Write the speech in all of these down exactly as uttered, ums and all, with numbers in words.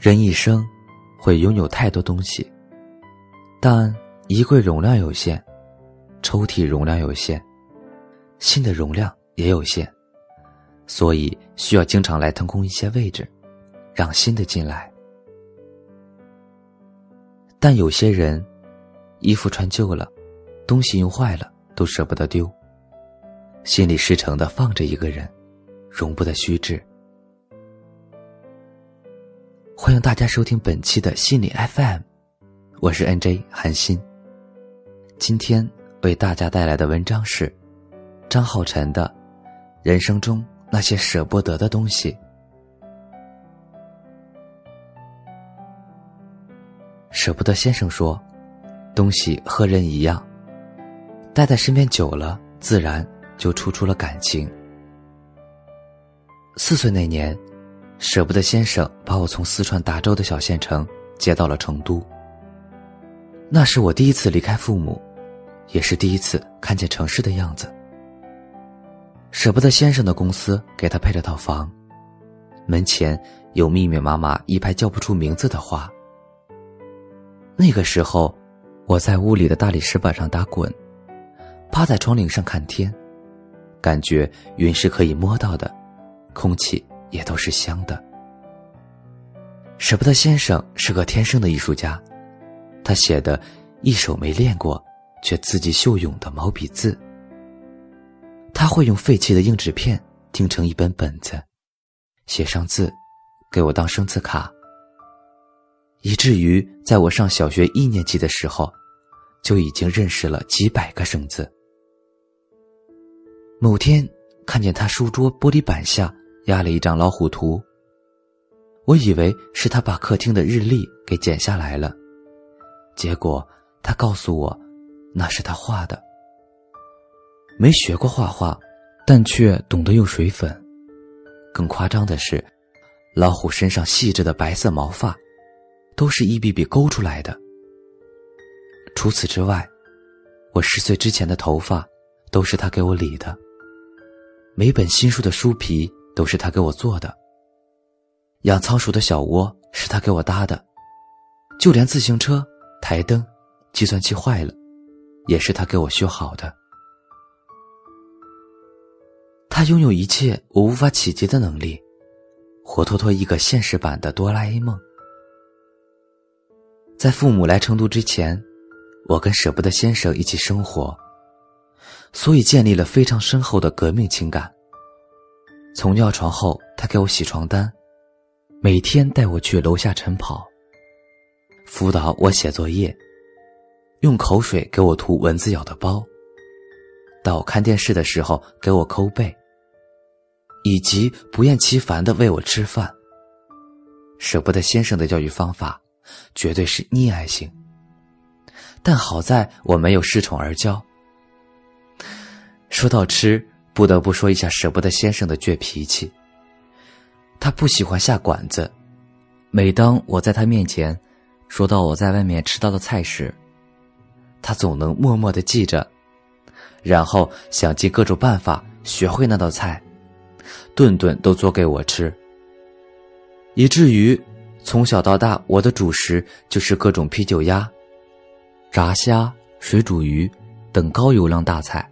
人一生会拥有太多东西，但衣柜容量有限，抽屉容量有限，心的容量也有限，所以需要经常来腾空一些位置，让新的进来。但有些人衣服穿旧了，东西用坏了，都舍不得丢，心里实诚地放着一个人，容不得虚掷。欢迎大家收听本期的心理 F M， 我是 N J 韩欣。今天为大家带来的文章是张浩晨的人生中那些舍不得的东西。舍不得先生说，东西和人一样，待在身边久了，自然就处出了感情。四岁那年，舍不得先生把我从四川达州的小县城接到了成都。那是我第一次离开父母，也是第一次看见城市的样子。舍不得先生的公司给他配了套房，门前有密密麻麻一排叫不出名字的花。那个时候，我在屋里的大理石板上打滚，趴在窗棂上看天，感觉云是可以摸到的，空气也都是香的。舍不得先生是个天生的艺术家，他写的一手没练过却字迹秀勇的毛笔字。他会用废弃的硬纸片钉成一本本子，写上字，给我当生字卡，以至于在我上小学一年级的时候，就已经认识了几百个生字。某天看见他书桌玻璃板下压了一张老虎图，我以为是他把客厅的日历给剪下来了，结果他告诉我那是他画的。没学过画画，但却懂得用水粉。更夸张的是，老虎身上细致的白色毛发都是一笔笔勾出来的。除此之外，我十岁之前的头发都是他给我理的，每本新书的书皮都是他给我做的，养仓鼠的小窝是他给我搭的，就连自行车、台灯、计算器坏了，也是他给我修好的。他拥有一切我无法企及的能力，活脱脱一个现实版的哆啦 A 梦。在父母来成都之前，我跟舍不得先生一起生活，所以建立了非常深厚的革命情感。从尿床后，他给我洗床单，每天带我去楼下晨跑，辅导我写作业，用口水给我涂蚊子咬的包，到看电视的时候给我抠背，以及不厌其烦地喂我吃饭。舍不得先生的教育方法绝对是溺爱型，但好在我没有恃宠而骄。说到吃，不得不说一下舍不得先生的倔脾气。他不喜欢下馆子，每当我在他面前说到我在外面吃到的菜时，他总能默默地记着，然后想尽各种办法学会那道菜，顿顿都做给我吃。以至于从小到大，我的主食就是各种啤酒鸭、炸虾、水煮鱼等高油量大菜。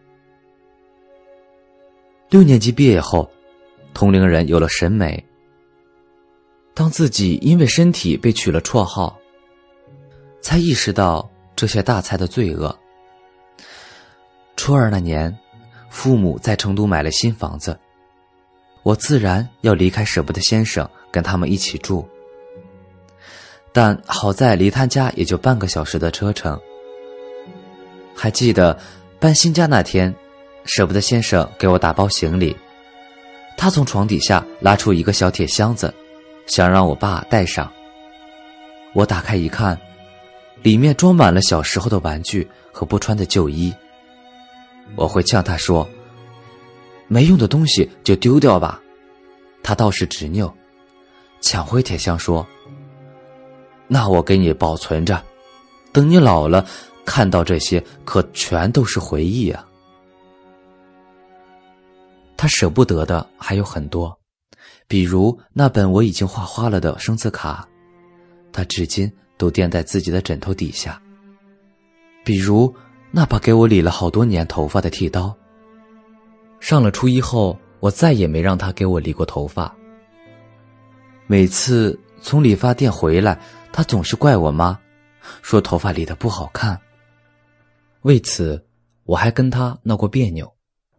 六年级毕业后，同龄人有了审美，当自己因为身体被取了绰号，才意识到这些大菜的罪恶。初二那年，父母在成都买了新房子，我自然要离开舍不得先生，跟他们一起住。但好在离他家也就半个小时的车程。还记得搬新家那天，舍不得先生给我打包行李，他从床底下拉出一个小铁箱子，想让我爸带上。我打开一看，里面装满了小时候的玩具和不穿的旧衣。我会呛他说，没用的东西就丢掉吧。他倒是执拗，抢回铁箱说，那我给你保存着，等你老了看到这些可全都是回忆啊。他舍不得的还有很多， 比如那本我已经画花了的生字卡，他至今都垫在自己的枕头底下。比如那把给我理了好多年头发的剃刀，上了初一后，我再也没让他给我理过头发。每次从理发店回来，他总是怪我妈，说头发理得不好看。为此我还跟他闹过别扭。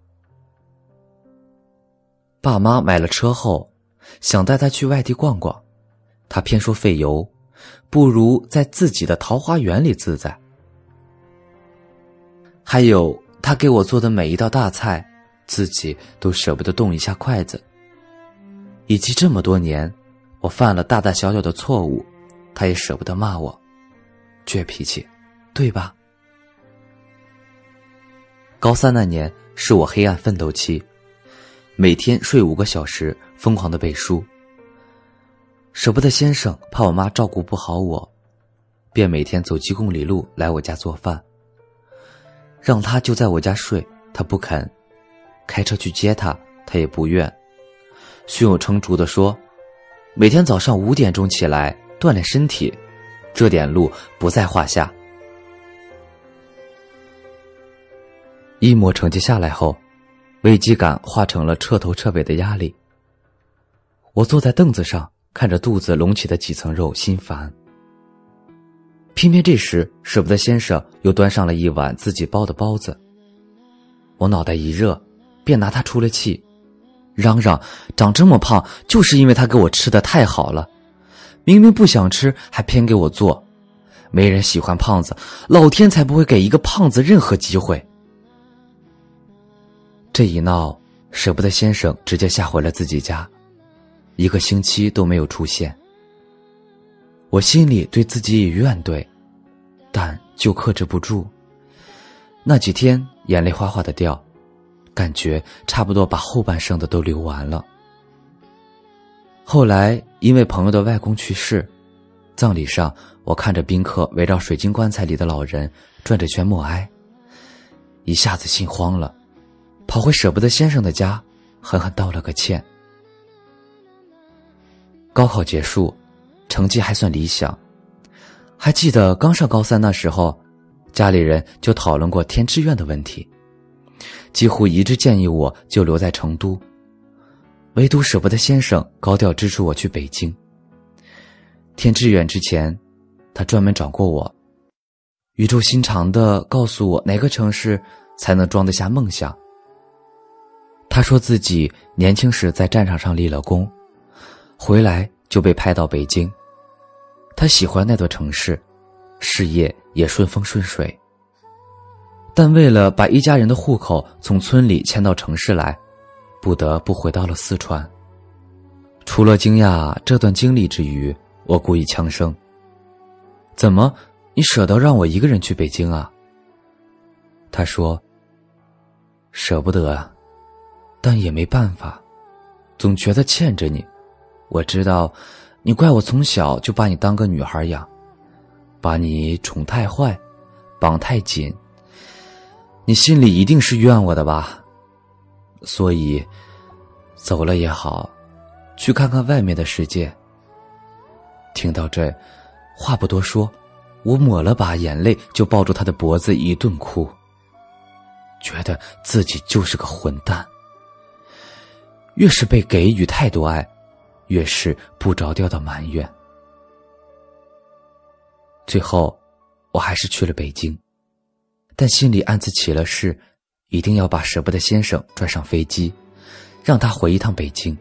爸妈买了车后，想带他去外地逛逛，他偏说费油，不如在自己的桃花源里自在。还有他给我做的每一道大菜，自己都舍不得动一下筷子。以及这么多年我犯了大大小小的错误，他也舍不得骂我，倔脾气，对吧？高三那年是我黑暗奋斗期，每天睡五个小时，疯狂地背书。舍不得先生怕我妈照顾不好我，便每天走几公里路来我家做饭。让他就在我家睡，他不肯；开车去接他，他也不愿。胸有成竹地说，每天早上五点钟起来锻炼身体，这点路不在话下。一模成绩下来后，危机感化成了彻头彻尾的压力。我坐在凳子上，看着肚子隆起的几层肉，心烦。偏偏这时舍不得先生又端上了一碗自己包的包子，我脑袋一热，便拿他出了气，嚷嚷长这么胖就是因为他给我吃的太好了，明明不想吃还偏给我做，没人喜欢胖子，老天才不会给一个胖子任何机会。这一闹，舍不得先生直接下回了自己家，一个星期都没有出现。我心里对自己也怨怼，但就克制不住。那几天眼泪哗哗的掉，感觉差不多把后半生的都流完了。后来因为朋友的外公去世，葬礼上我看着宾客围绕水晶棺材里的老人转着圈默哀，一下子心慌了，跑回舍不得先生的家，狠狠道了个歉。高考结束，成绩还算理想。还记得刚上高三那时候，家里人就讨论过填志愿的问题，几乎一致建议我就留在成都，唯独舍不得先生高调支持我去北京。填志愿之前，他专门找过我，语重心长地告诉我哪个城市才能装得下梦想。他说自己年轻时在战场上立了功，回来就被派到北京。他喜欢那座城市，事业也顺风顺水。但为了把一家人的户口从村里迁到城市来，不得不回到了四川。除了惊讶这段经历之余，我故意呛声，怎么你舍得让我一个人去北京啊？他说，舍不得啊，但也没办法，总觉得欠着你。我知道你怪我从小就把你当个女孩养，把你宠太坏，绑太紧，你心里一定是怨我的吧？所以走了也好，去看看外面的世界。听到这，话不多说，我抹了把眼泪，就抱住他的脖子一顿哭，觉得自己就是个混蛋。越是被给予太多爱，越是不着调的埋怨。最后我还是去了北京，但心里暗自起了誓，一定要把舍不得先生拽上飞机，让他回一趟北京。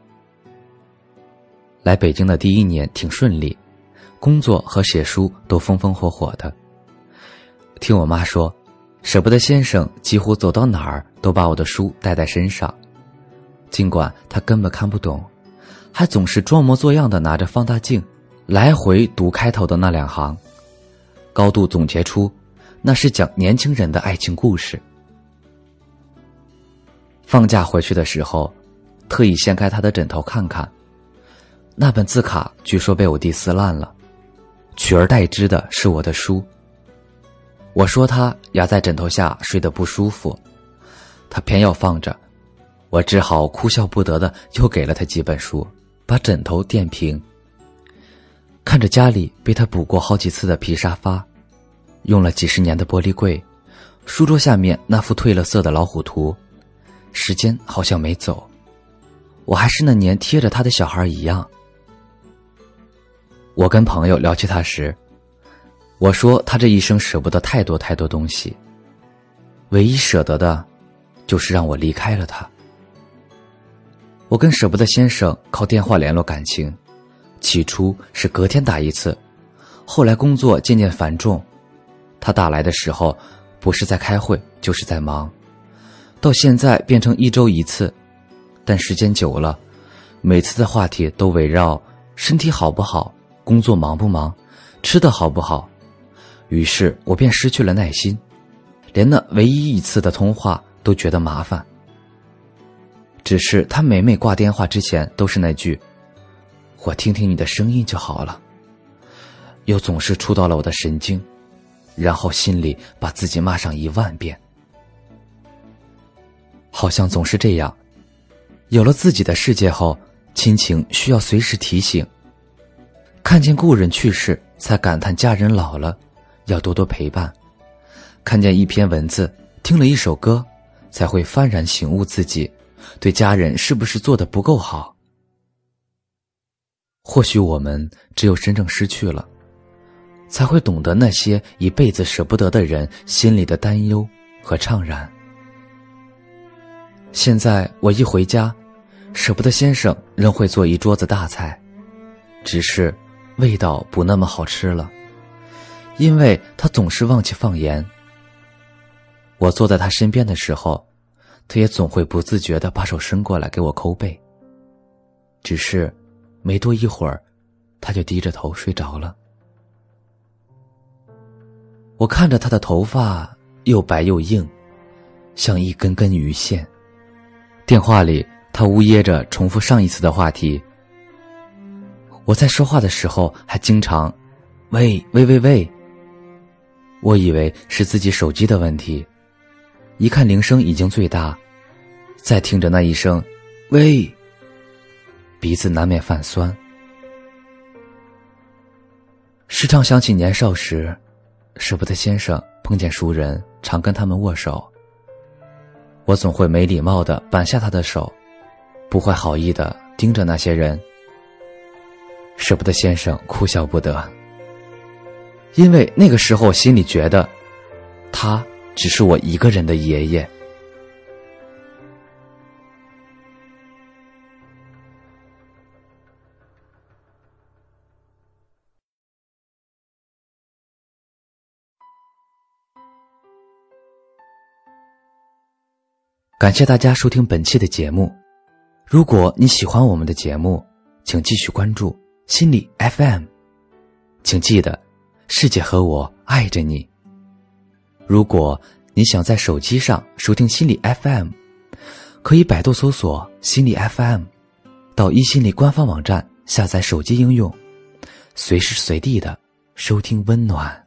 来北京的第一年挺顺利，工作和写书都风风火火的。听我妈说，舍不得先生几乎走到哪儿都把我的书带在身上，尽管他根本看不懂，还总是装模作样的拿着放大镜来回读开头的那两行，高度总结出那是讲年轻人的爱情故事。放假回去的时候，特意掀开他的枕头看看，那本字卡据说被我弟撕烂了，取而代之的是我的书。我说他压在枕头下睡得不舒服，他偏要放着， 我只好哭笑不得的又给了他几本书，把枕头垫平。看着家里被他补过好几次的皮沙发，用了几十年的玻璃柜，书桌下面那幅褪了色的老虎图，时间好像没走，我还是那年贴着他的小孩一样。我跟朋友聊起他时，我说他这一生舍不得太多太多东西，唯一舍得的就是让我离开了他。我跟舍不得先生靠电话联络感情，起初是隔天打一次，后来工作渐渐繁重，他打来的时候不是在开会就是在忙，到现在变成一周一次，但时间久了，每次的话题都围绕身体好不好，工作忙不忙，吃得好不好，于是我便失去了耐心，连那唯一一次的通话都觉得麻烦。只是他每每挂电话之前都是那句我听听你的声音就好了，又总是触到了我的神经，然后心里把自己骂上一万遍。好像总是这样，有了自己的世界后，亲情需要随时提醒，看见故人去世才感叹家人老了，要多多陪伴，看见一篇文字，听了一首歌，才会幡然醒悟自己对家人是不是做得不够好。或许我们只有真正失去了，才会懂得那些一辈子舍不得的人心里的担忧和怅然。现在我一回家，舍不得先生仍会做一桌子大菜，只是味道不那么好吃了，因为他总是忘记放盐。我坐在他身边的时候，他也总会不自觉地把手伸过来给我抠背，只是没多一会儿，他就低着头睡着了。我看着他的头发又白又硬，像一根根鱼线。电话里他呜咽着重复上一次的话题，我在说话的时候还经常喂喂喂喂，我以为是自己手机的问题，一看铃声已经最大，再听着那一声喂，鼻子难免泛酸。时常想起年少时，舍不得先生碰见熟人常跟他们握手，我总会没礼貌地扳下他的手，不怀好意地盯着那些人。舍不得先生哭笑不得，因为那个时候心里觉得他只是我一个人的爷爷。感谢大家收听本期的节目，如果你喜欢我们的节目，请继续关注心理 F M， 请记得世界和我爱着你。如果你想在手机上收听心理 F M， 可以百度搜索心理 F M， 到一心理官方网站下载手机应用，随时随地的收听温暖。